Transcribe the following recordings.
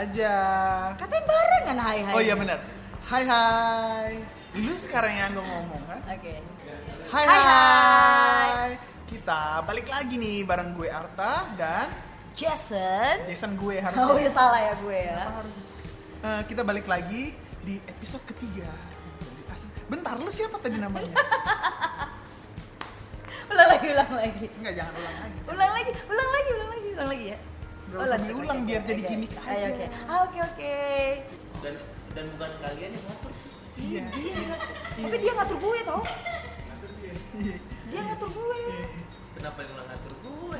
aja. Katanya barengan hai. Oh iya benar. Hai. Lu sekarang yang ngomong kan? Oke. Hai. Kita balik lagi nih bareng gue Arta dan Jason gue harusnya. Oh iya salah ya gue ya. Kita balik lagi di episode ketiga. Bentar, lu siapa tadi namanya? ulang lagi. Enggak, jangan ulang lagi. Ulang lagi ya. Diulang biar jadi gimmick aja. Oke. Dan bukan kalian yang ngatur sih. Iya. Tapi dia ngatur gue tau. Dia ngatur gue. Kenapa yang ngatur gue?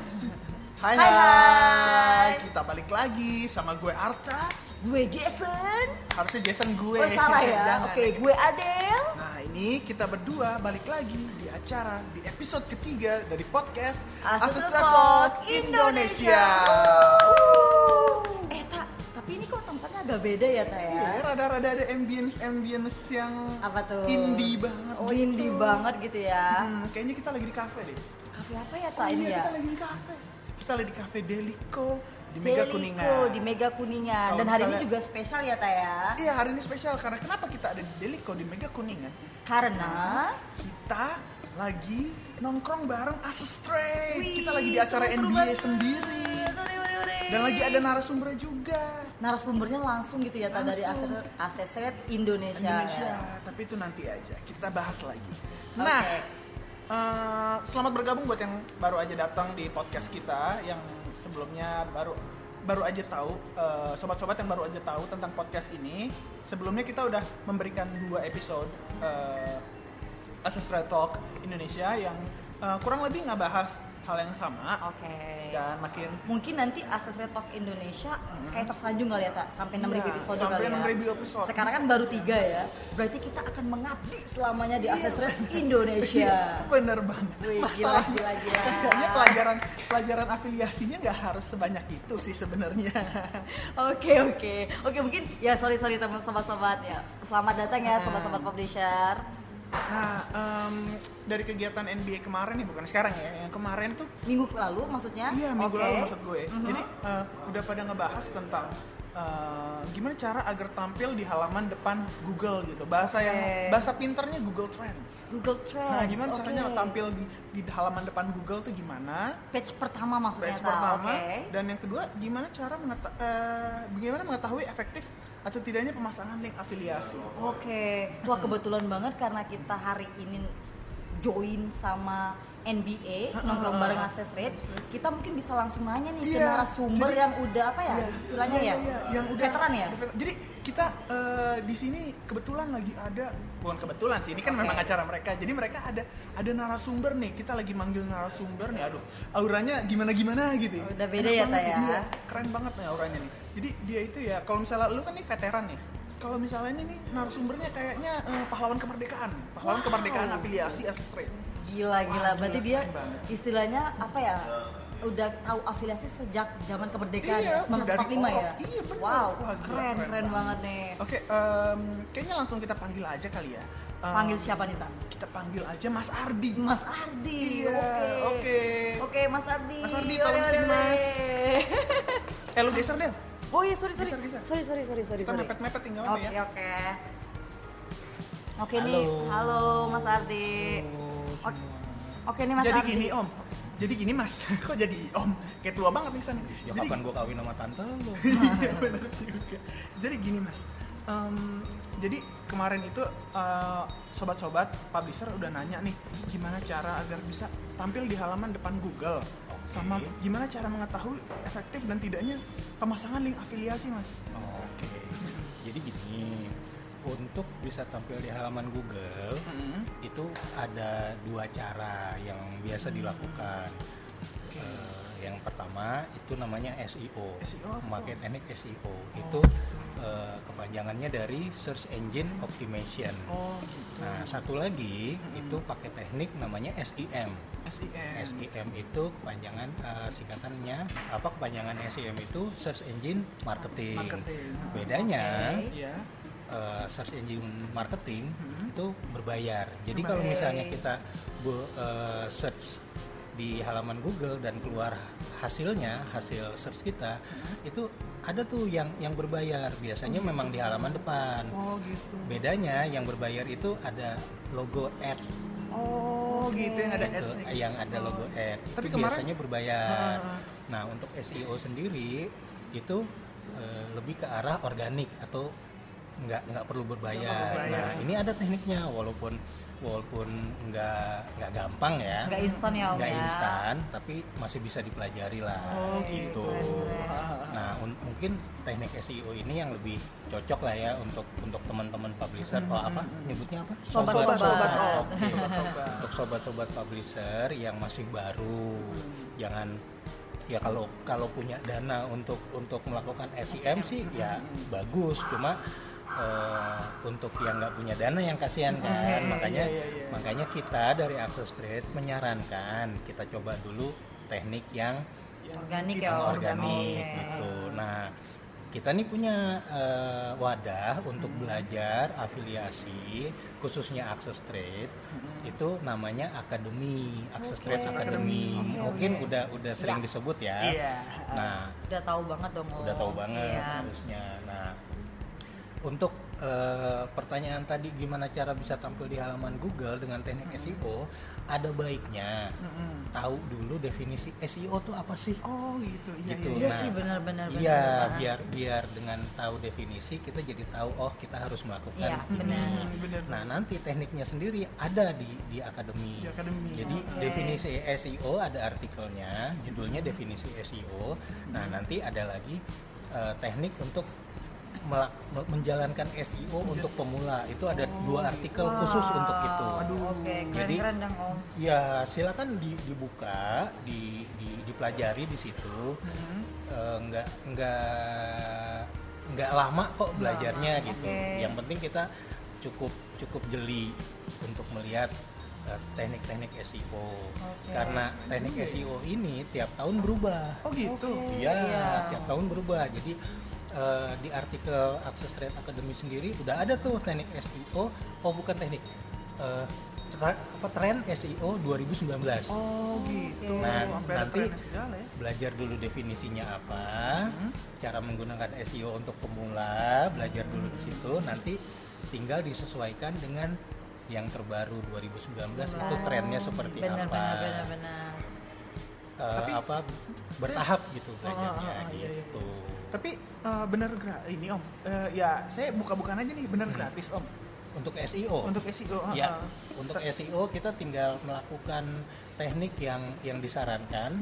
Hai. Kita balik lagi sama gue Arta. Gue Jason. Harusnya Jason gue. Oh salah ya. Jangan. Oke, gue Adel. Nah ini kita berdua balik lagi di acara di episode ketiga dari podcast Asestra Talk Indonesia. Tapi ini kok tempatnya agak beda ya Ta ya? Iya, rada-rada ada ambience yang apa tuh? Indie banget. Oh gitu. Indie banget gitu ya. Kayaknya kita lagi di cafe deh. Cafe apa ya Ta ini ya? Kita lagi di cafe. Kita lagi di cafe Delico di Mega Kuningan. Di Mega Kuningan. Kalau dan hari misalnya, ini juga spesial ya Ta ya? Iya, hari ini spesial karena kenapa kita ada di Delico di Mega Kuningan? Karena kita lagi nongkrong bareng Asestra. Wih, Kita lagi di acara seru NBA banget. sendiri. Dan lagi ada narasumber juga. Narasumbernya langsung gitu ya Ta dari Asestra Indonesia. Tapi itu nanti aja. Kita bahas lagi. Okay. Nah, selamat bergabung buat yang baru aja datang di podcast kita yang sebelumnya baru aja tahu, sobat-sobat yang baru aja tahu tentang podcast ini. Sebelumnya kita udah memberikan 2 episode Asestra Talk Indonesia yang kurang lebih ngebahas hal yang sama. Oke. Dan mungkin nanti Asestra Talk Indonesia kayak tersanjung kali ya Ta sampai 6.000 episode sampai kali ya. 6.000 episode. Sekarang kan baru 3 ya. Berarti kita akan mengabdi selamanya di Asestra Indonesia. Bener banget. Wih, Masalahnya gila. kayaknya pelajaran afiliasinya nggak harus sebanyak itu sih sebenarnya. Oke, mungkin ya sorry teman sobat-sobat ya. Selamat datang ya sobat-sobat publisher. Nah, dari kegiatan NBA kemarin nih, bukan sekarang ya, yang kemarin tuh Minggu lalu maksudnya? iya, minggu lalu maksud gue. Mhm. Jadi udah pada ngebahas tentang gimana cara agar tampil di halaman depan Google gitu. Bahasa pinternya Google Trends. Google Trends. Nah, gimana caranya tampil di halaman depan Google tuh gimana? Page pertama maksudnya. Page pertama. Dan yang kedua, gimana cara mengetahui efektif atau tidaknya pemasangan link afiliasi. Oke. Wah, kebetulan banget karena kita hari ini join sama NBA nongkrong bareng Asestra, kita mungkin bisa langsung nanya nih ke narasumber yang udah apa ya istilahnya yang udah veteran ya. Jadi kita di sini kebetulan lagi ada, bukan kebetulan sih, ini kan memang acara mereka. Jadi mereka ada narasumber nih, kita lagi manggil narasumber nih. Aduh, auranya gimana gitu. Udah beda ya Ta ya. Iya, keren banget nih auranya nih. Jadi dia itu ya, kalau misalnya lu kan nih veteran ya. Kalau misalnya ini nih narasumbernya kayaknya pahlawan kemerdekaan afiliasi Asestra. Gila. Berarti dia banget. istilahnya apa ya? Udah tahu afiliasi sejak zaman kemerdekaan ya, 1945 ya. Iya benar. Wow, Wah, gila, keren banget nih. Oke, kayaknya langsung kita panggil aja kali ya. Panggil siapa nih Ta? Kita panggil aja Mas Ardi. Mas Ardi. Iya, oke. Oke, Mas Ardi. Mas Ardi, tolong sini, Mas. Lu geser deh. Oh iya, sorry. Geser. Sorry. Kita mepet-mepet tinggal apa ya? Oke. Oke nih, halo Mas Ardi. Oke nih Mas Jadi Ardi. gini Om. Jadi gini Mas. Kok jadi Om? Kayak tua banget nih San. Ya kapan gua kawin sama tante lu? Iya benar juga. Jadi gini Mas. Jadi kemarin itu sobat-sobat publisher udah nanya nih gimana cara agar bisa tampil di halaman depan Google. Sama gimana cara mengetahui efektif dan tidaknya pemasangan link afiliasi Mas. Oke. Jadi gini, untuk bisa tampil di halaman Google itu ada 2 cara yang biasa dilakukan. Yang pertama itu namanya SEO. Memakai teknik SEO. Itu kepanjangannya dari Search Engine Optimization. Nah, satu lagi itu pakai teknik namanya SEM. SEM itu kepanjangan singkatannya kepanjangan SEM itu Search Engine Marketing. Bedanya Search Engine Marketing itu berbayar. Jadi kalau misalnya kita search di halaman Google dan keluar hasilnya, hasil search kita itu ada tuh yang berbayar. Biasanya memang di halaman depan. Oh gitu. Bedanya yang berbayar itu ada logo ad. Oh gitu, yang ada Gitu, ads-nya. yang ada logo ad. Tapi Itu kemarin- biasanya berbayar. Nah, untuk SEO sendiri itu lebih ke arah organik atau nggak perlu berbayar. Nggak perlu bayar. Nah, ini ada tekniknya walaupun nggak gampang ya. Nggak instan ya Om Nggak ya. instan, tapi masih bisa dipelajari lah. Oh gitu. Nah, mungkin teknik SEO ini yang lebih cocok lah ya untuk teman-teman publisher. Oh apa? Nyebutnya apa? Sobat-sobat. Sobat-sobat. Oke. Sobat-sobat. Untuk sobat-sobat publisher yang masih baru, jangan ya kalau punya dana untuk melakukan SEM sih ya bagus. Cuma untuk yang nggak punya dana yang kasihan kan. Oke. Makanya kita dari Access Trade menyarankan kita coba dulu teknik yang Organik ya Yang Om. organik Oke. gitu. Nah, kita nih punya wadah untuk belajar afiliasi khususnya Access Trade. Itu namanya Akademi, Access Trade Academy. Mungkin udah sering disebut ya. Iya. Nah, Udah tahu banget dong Om. udah tahu banget Iya. harusnya. Nah, untuk pertanyaan tadi gimana cara bisa tampil di halaman Google dengan teknik SEO, ada baiknya tahu dulu definisi SEO tuh apa sih? Oh gitu. Iya, Gitu. Iya Nah, sih benar-benar. Iya, biar dengan tahu definisi kita jadi tahu kita harus melakukan Iya, ini. benar. Benar. Nah, nanti tekniknya sendiri ada di akademi. Di akademi. Jadi Oke. definisi SEO ada artikelnya, judulnya definisi SEO. Nah, nanti ada lagi teknik untuk menjalankan SEO untuk pemula. Itu ada 2 artikel khusus untuk itu. Oke, Jadi- keren-keren dong Om. Ya, silakan dibuka, dipelajari di situ. Nggak lama kok belajarnya gitu. Oke. Yang penting kita cukup jeli untuk melihat teknik-teknik SEO. Oke. Karena teknik SEO ini tiap tahun berubah. Oh gitu. Iya, Iya. tiap tahun berubah. Jadi di artikel Access Trade Academy sendiri udah ada tuh teknik SEO. Oh, bukan teknik. Tren SEO 2019. Oh gitu. Nah, Sampai ada nanti trennya segala ya. belajar dulu definisinya apa, cara menggunakan SEO untuk pemula, belajar dulu di situ. Nanti tinggal disesuaikan dengan yang terbaru 2019 itu trennya seperti Benar, apa. benar. Tapi- Apa bertahap gitu belajarnya iya, iya. gitu. Tapi bener ini Om. Ya saya buka-bukaan aja nih, bener gratis Om. Untuk SEO. Untuk SEO. Ya, untuk SEO kita tinggal melakukan teknik yang disarankan.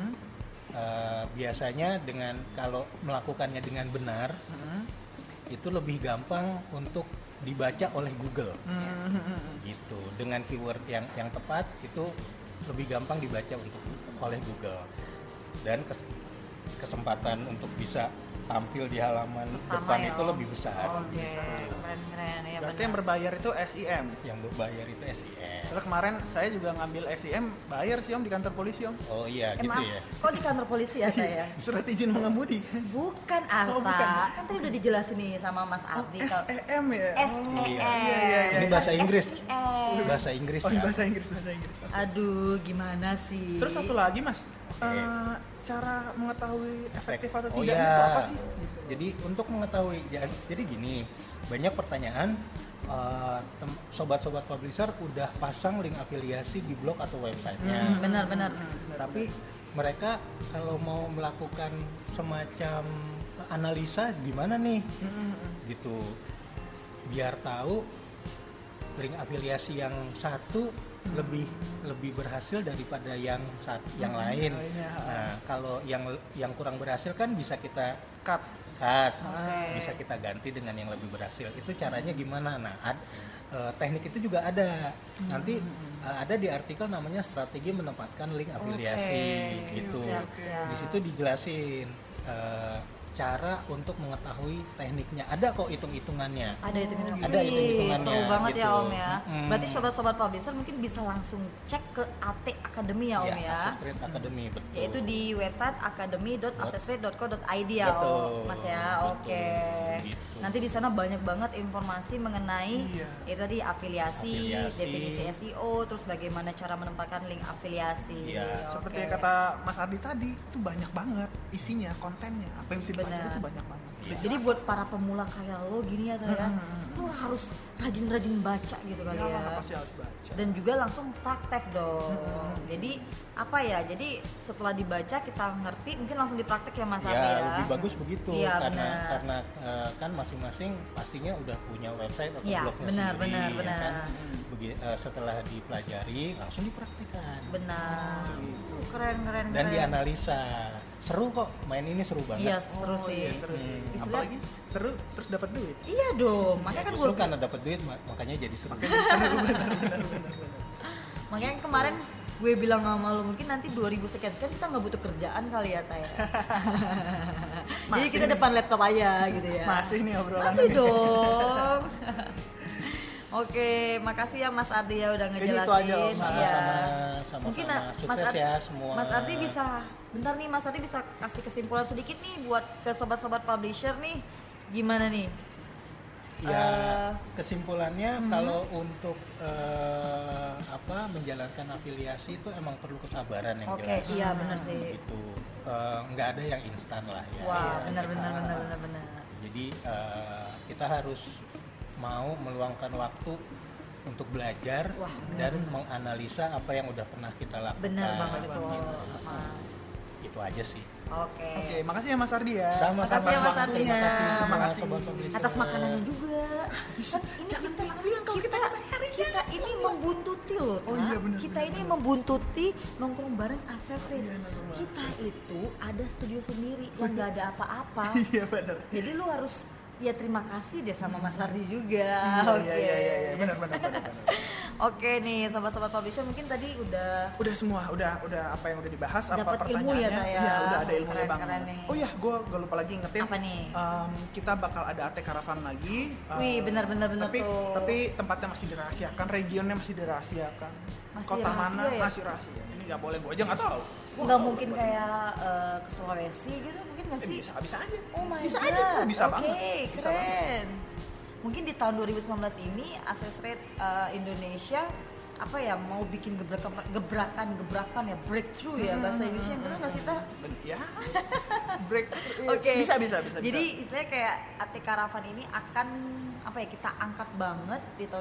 Biasanya dengan kalau melakukannya dengan benar itu lebih gampang untuk dibaca oleh Google. Gitu. Dengan keyword yang tepat itu lebih gampang dibaca oleh Google. Dan kesempatan untuk bisa tampil di halaman Pertama depan ya, itu Om. lebih besar. Oke, keren-keren ya Berarti benar. yang berbayar itu SEM. Yang berbayar itu SEM. Soalnya kemarin saya juga ngambil SEM, bayar sih Om di kantor polisi Om. Oh iya, gitu Maaf, ya. kok di kantor polisi ya saya? Surat izin mengemudi. Bukan Arta, Oh, bukan. kan tadi udah dijelasin nih sama Mas Oh, Ardi kalau SEM ya. SEM. iya. Ini bahasa Inggris. SEM. Bahasa Inggris Oh, ya. bahasa Inggris. Aduh, gimana sih? Terus satu lagi Mas, cara mengetahui efektif atau Oh tidaknya iya. itu apa sih? Jadi untuk mengetahui, jadi gini, banyak pertanyaan sobat-sobat publisher udah pasang link afiliasi di blog atau websitenya. Benar-benar. Tapi mereka kalau mau melakukan semacam analisa gimana nih, gitu, biar tahu link afiliasi yang satu lebih berhasil daripada yang lain. lainnya. Nah, kalau yang kurang berhasil kan bisa kita Cut. bisa kita ganti dengan yang lebih berhasil. Itu caranya gimana? Nah, teknik itu juga ada. Nanti ada di artikel namanya strategi menempatkan link afiliasi Oke, gitu. siap. Di situ dijelasin cara untuk mengetahui tekniknya. Ada kok hitung-hitungannya. Ada hitung-hitungannya. Ada hitung-hitungannya, Seru banget gitu. ya Om ya. Berarti sobat-sobat publisher mungkin bisa langsung cek ke AT Academy ya Om ya. Access Rate Academy, betul. Yaitu di website academy.accessrate.co.id ya Betul, Om, Mas ya. betul, Oke. gitu. Nanti di sana banyak banget informasi mengenai itu tadi afiliasi, Afiliasi. definisi SEO, terus bagaimana cara menempatkan link afiliasi. Iya. Seperti Oke. yang kata Mas Ardi tadi, itu banyak banget isinya, kontennya, apa yang bisa dipelajari Benar. itu banyak banget. Udah Jadi jelas. buat para pemula kayak lo gini ya kayak lo harus rajin-rajin baca gitu kali Iyalah, ya. pasti harus baca. Dan juga langsung praktek dong. Jadi apa ya? Jadi setelah dibaca kita ngerti, mungkin langsung dipraktek ya Mas Abi Ya, ya. lebih bagus begitu Iya, karena benar. kan masing-masing pastinya udah punya website atau Iya, blognya benar, sendiri, benar, ya benar. kan? Setelah dipelajari langsung dipraktikkan. Benar. Keren. Dan dianalisa. Seru kok, main ini seru Iya, banget. seru sih. Iya, seru sih. Istilah- Apalagi seru terus dapat duit. Iya dong. Makanya kan Justru gue karena dapat duit makanya jadi seru. makanya kemarin gue bilang sama lo mungkin nanti 2000 sekian kita nggak butuh kerjaan kali ya Taya. Jadi Masih kita nih. depan laptop aja gitu ya. Masih nih obrolan. Masih dong. Oke, makasih ya Mas Ardi ya udah Kayaknya itu ngejelasin. aja, Om. Iya. Sama-sama. Mungkin Sukses ya semua. Mas Ardi bisa, bentar nih Mas Ardi bisa kasih kesimpulan sedikit nih buat ke sobat-sobat publisher nih. Gimana nih? Ya, kesimpulannya kalau untuk menjalankan afiliasi itu emang perlu kesabaran yang Oke, jelas. iya benar sih. Itu nggak ada yang instan lah ya. Wah, Ya, benar. Jadi kita harus mau meluangkan waktu untuk belajar Wah, dan menganalisa apa yang udah pernah kita lakukan. Benar banget itu, Mas. Itu aja sih. Oke. Oke, makasih ya Mas Ardi ya. Sama-sama. Makasih ya, Mas Ardi. Terima kasih Terima sama kasih. sobat publisher. Atas makanannya juga. Kan ini bilang kalau kita kita ini membuntuti loh. Oh Tak. iya, benar, Kita benar, ini benar. membuntuti nongkrong bareng Accessrate. Iya, nongkrong bareng. Kita itu ada studio sendiri yang nggak ada apa-apa. Iya benar. Jadi lu harus ya terima kasih deh sama Mas Ardi juga. Iya, benar. Oke nih, sobat-sobat publisher mungkin tadi udah Udah semua, udah apa yang udah dibahas, apa Dapat ilmu ya, pertanyaannya. Taya? Iya, udah ada ilmunya Keren, banget. keren nih. Oh iya, gue lupa lagi ingetin. Apa nih? Kita bakal ada AT Caravan lagi. Wih, benar tapi, tuh. Tapi tempatnya masih dirahasiakan, regionnya masih dirahasiakan. Masih Kota rahasia mana ya? masih rahasia. Ini nggak boleh, gue aja nggak tahu. Wah, nggak tahu mungkin tempat kayak ke Sulawesi gitu, mungkin nggak ini. sih? Bisa aja. Oh my bisa god. aja, bisa Oke, banget. Bisa banget. keren. Mungkin di tahun 2019 ini Accessrate Indonesia apa ya mau bikin gebrakan ya breakthrough ya bahasa Indonesia yang benar nggak sih Ta? Ya, break. Oke. Bisa. Jadi istilahnya kayak AT Caravan ini akan apa ya kita angkat banget di tahun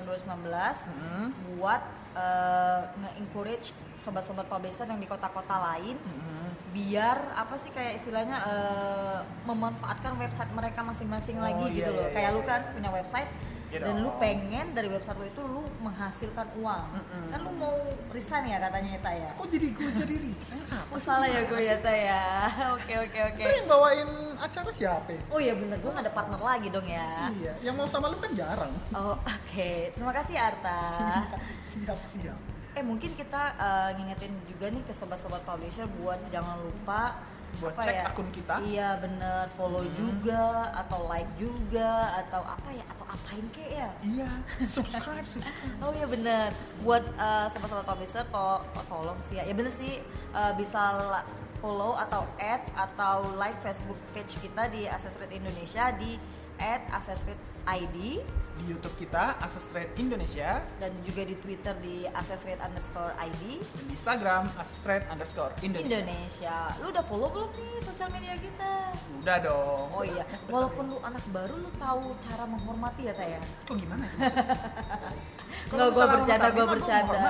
2019 buat nge-encourage sobat-sobat publisher yang di kota-kota lain biar apa sih kayak istilahnya memanfaatkan website mereka masing-masing lagi gitu loh. Kayak lu kan punya website Iya dan lu dong. pengen dari website lu itu lu menghasilkan uang. Kan lu mau resign ya katanya Eta ya. Kok jadi gue jadi resign apa? Oh salah ya gue ya Ta ya. Oke. Itu yang bawain acara siapa? Oh iya bener, gue gak ada partner lagi dong ya. Iya, yang mau sama lu kan jarang. Oh oke, terima kasih Arta. Siap. Mungkin kita ngingetin juga nih ke sobat-sobat publisher buat jangan lupa Buat apa cek ya? akun kita. Iya bener, follow juga atau like juga atau apa ya atau apain kek ya. Iya, subscribe. Oh iya bener, buat sobat-sobat publisher tolong sih ya. Ya bener sih bisa follow atau add atau like Facebook page kita di Accessrate Indonesia di @accessrate_id Di YouTube kita Accessrate Indonesia dan juga di Twitter di @accessrate_id dan di Instagram Accessrate_Indonesia. Indonesia. Lu udah follow belum nih sosial media kita? Udah dong. Oh iya, walaupun lu anak baru lu tahu cara menghormati ya Taya? Kok gimana itu? Nggak, gua bercanda, gua bercanda.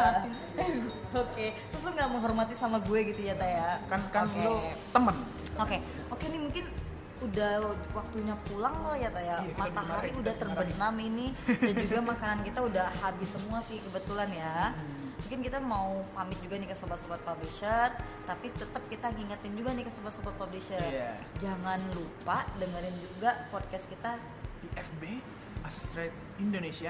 Oke, terus lu nggak menghormati sama gue gitu ya Taya? Kan Oke. lu temen. Oke nih mungkin udah waktunya pulang loh ya Taya. Iya, kita Matahari dimarahin, udah kita dimarahin. terbenam ini dan juga makanan kita udah habis semua sih kebetulan ya. Mungkin kita mau pamit juga nih ke sobat-sobat publisher, tapi tetap kita ngingetin juga nih ke sobat-sobat publisher. Iya. Jangan lupa dengerin juga podcast kita Di FB Accessrate Indonesia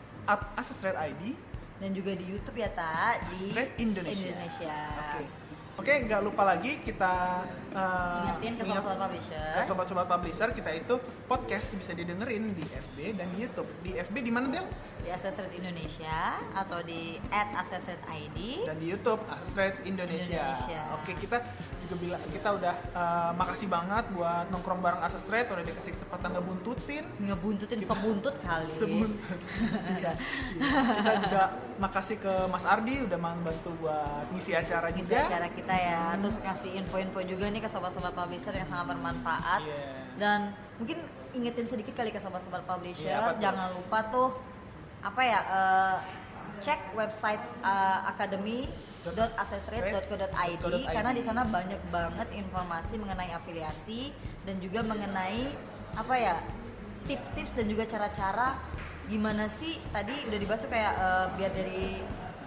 /@accessrate_id dan juga di YouTube ya Ta di Accessrate Indonesia. Indonesia. Oke. Oke, nggak lupa lagi kita Ingetin ke sobat-sobat publisher. ke sobat-sobat publisher, kita itu podcast bisa didengerin di FB dan di YouTube. Di FB di mana, Del? Di Access.Rate Indonesia atau di @access.id Dan di YouTube Access.Rate Indonesia. Oke, kita juga kita udah makasih banget buat nongkrong bareng Access.Rate, udah dikasih kesempatan ngebuntutin sebuntut kali. Sebuntut. Iya. Kita juga makasih ke Mas Ardi udah membantu buat ngisi acara Ngisi juga. acara kita ya, terus ngasih info-info juga nih ke sobat-sobat publisher yang sangat bermanfaat. Iya. Dan mungkin ingetin sedikit kali ke sobat-sobat publisher, Iya, apa tuh? jangan lupa tuh cek website academy.accessrate.co.id karena di sana banyak banget informasi mengenai afiliasi dan juga mengenai tips-tips dan juga cara-cara gimana sih tadi udah dibahas tuh kayak biar dari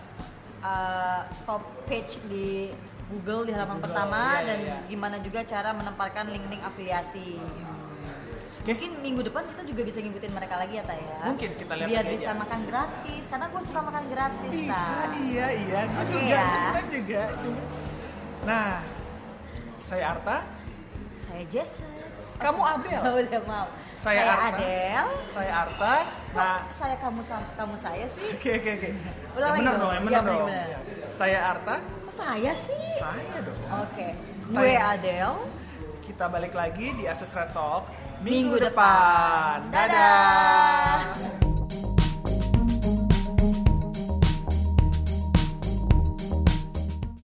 top page di Google di halaman pertama iya, dan iya. gimana juga cara menempatkan link-link afiliasi. Oke. Mungkin minggu depan kita juga bisa ngikutin mereka lagi ya, Taya. Mungkin kita lihat biar lagi bisa aja. makan gratis karena gue suka makan gratis. Bisa, Ta. iya. Gue Oke juga, ya. gue juga. Nah, saya Arta, Saya Jess. kamu Adel. Oh, udah mau. Saya Arta. Adel. Saya Arta. Nah, Saya kamu saya sih. oke. Ulang lagi Bener dong. dong, yang Iya, bener dong. bener. Saya Arta, Kok saya sih? saya dong. Oke. Saya. Gue Adel. Kita balik lagi di Access.Rate Talk Minggu depan. Dadah.